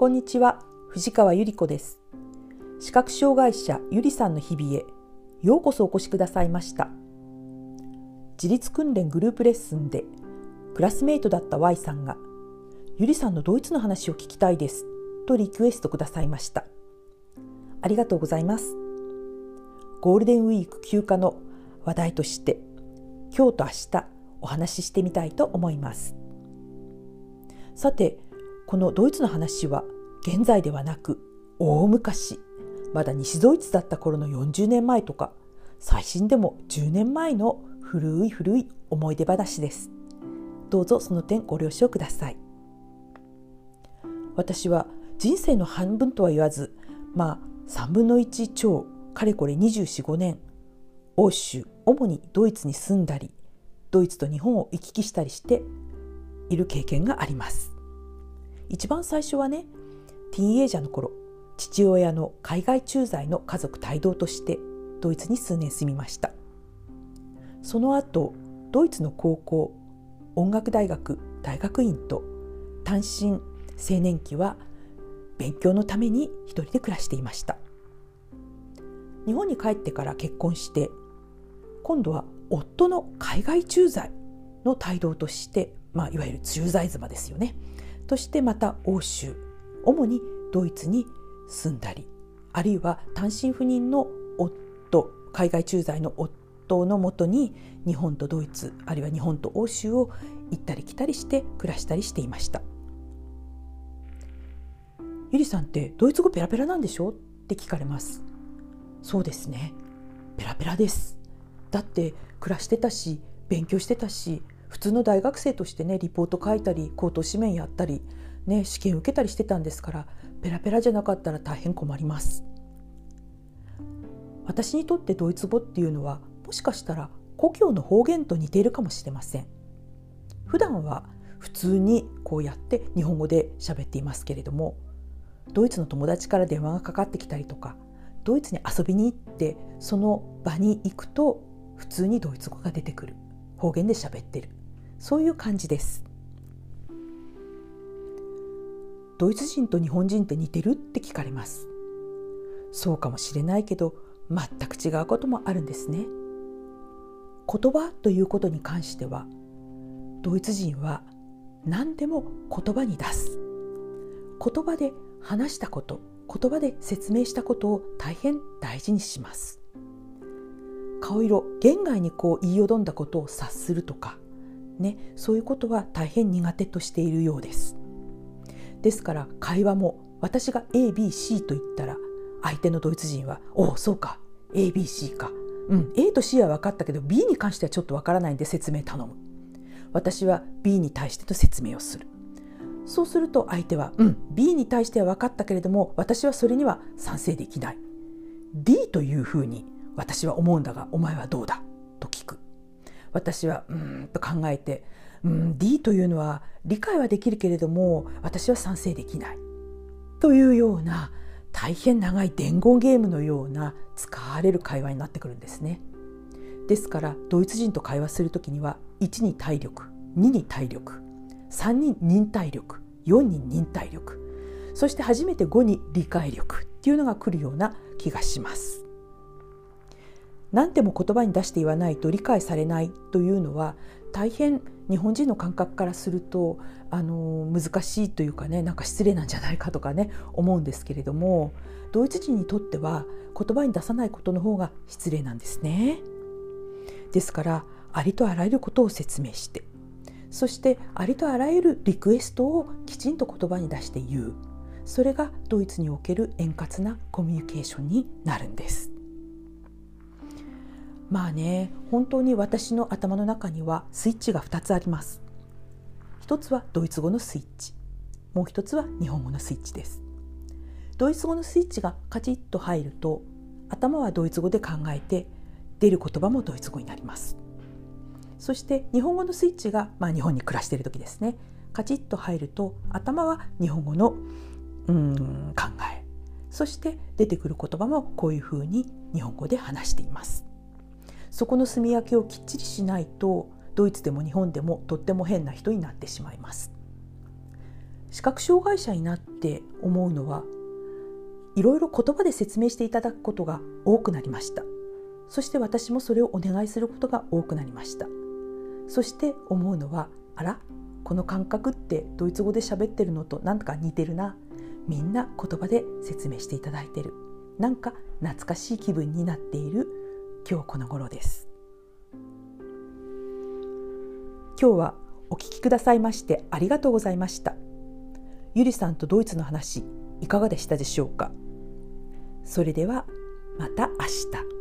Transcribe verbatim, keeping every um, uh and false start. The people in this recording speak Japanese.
こんにちは、藤川ゆり子です。視覚障害者ゆりさんの日々へようこそお越しくださいました。自立訓練グループレッスンでクラスメイトだった Y さんが、ゆりさんのドイツの話を聞きたいですとリクエストくださいました。ありがとうございます。ゴールデンウィーク休暇の話題として、今日と明日お話ししてみたいと思います。さて、このドイツの話は現在ではなく、大昔、まだ西ドイツだった頃のよんじゅうねんまえとか、最新でもじゅうねんまえの古い古い思い出話です。どうぞその点ご了承ください。私は人生の半分とは言わず、まあさんぶんのいち超かれこれにじゅうよん、ごねん、欧州、主にドイツに住んだり、ドイツと日本を行き来したりしている経験があります。一番最初はね、ティーンエイジャーの頃、父親の海外駐在の家族帯同としてドイツに数年住みました。その後、ドイツの高校、音楽大学、大学院と単身青年期は勉強のために一人で暮らしていました。日本に帰ってから結婚して、今度は夫の海外駐在の帯同として、まあ、いわゆる駐在妻ですよね。としてまた欧州、主にドイツに住んだり、あるいは単身赴任の夫、海外駐在の夫のもとに日本とドイツ、あるいは日本と欧州を行ったり来たりして暮らしたりしていました。ゆりさんってドイツ語ペラペラなんでしょって聞かれます。そうですね、ペラペラです。だって暮らしてたし、勉強してたし、普通の大学生としてね、リポート書いたり、口頭紙面やったり、ね、試験受けたりしてたんですから、ペラペラじゃなかったら大変困ります。私にとってドイツ語っていうのは、もしかしたら故郷の方言と似ているかもしれません。普段は普通にこうやって日本語で喋っていますけれども、ドイツの友達から電話がかかってきたりとか、ドイツに遊びに行ってその場に行くと普通にドイツ語が出てくる、方言で喋ってる、そういう感じです。ドイツ人と日本人って似てるって聞かれます。そうかもしれないけど、全く違うこともあるんですね。言葉ということに関しては、ドイツ人は何でも言葉に出す。言葉で話したこと、言葉で説明したことを大変大事にします。顔色、言外にこう言いよどんだことを察するとか、ね、そういうことは大変苦手としているようです。ですから会話も、私が エービーシー と言ったら、相手のドイツ人は、おおそうか エービーシー か、うん、A と C は分かったけど B に関してはちょっと分からないんで説明頼む。私は B に対しての説明をする。そうすると相手は、うん、B に対しては分かったけれども、私はそれには賛成できない。 D というふうに私は思うんだが、お前はどうだと聞く。私はうーんと考えて、うん、D というのは理解はできるけれども、私は賛成できないというような、大変長い伝言ゲームのような使われる会話になってくるんですね。ですからドイツ人と会話するときには、いちに体力、にに体力、さんに忍耐力、よんに忍耐力、そして初めてごに理解力っていうのが来るような気がします。何でも言葉に出して言わないと理解されないというのは、大変日本人の感覚からするとあの難しいというかね、なんか失礼なんじゃないかとかね、思うんですけれども、ドイツ人にとっては言葉に出さないことの方が失礼なんですね。ですからありとあらゆることを説明して、そしてありとあらゆるリクエストをきちんと言葉に出して言う、それがドイツにおける円滑なコミュニケーションになるんです。まあね、本当に私の頭の中にはスイッチがふたつあります。一つはドイツ語のスイッチ、もう一つは日本語のスイッチです。ドイツ語のスイッチがカチッと入ると、頭はドイツ語で考えて、出る言葉もドイツ語になります。そして日本語のスイッチが、まあ、日本に暮らしている時ですね、カチッと入ると、頭は日本語のうーん考え、そして出てくる言葉もこういうふうに日本語で話しています。そこの住み分けをきっちりしないと、ドイツでも日本でもとっても変な人になってしまいます。 視覚障害者になって思うのはいろいろ言葉で説明していただくことが多くなりました。そして私もそれをお願いすることが多くなりました。そして思うのは、あら、この感覚ってドイツ語で喋ってるのとなんか似てるな。みんな言葉で説明していただいてる。なんか懐かしい気分になっている今日この頃です。今日はお聞きくださいましてありがとうございました。ゆりさんとドイツの話いかがでしたでしょうか。それではまた明日。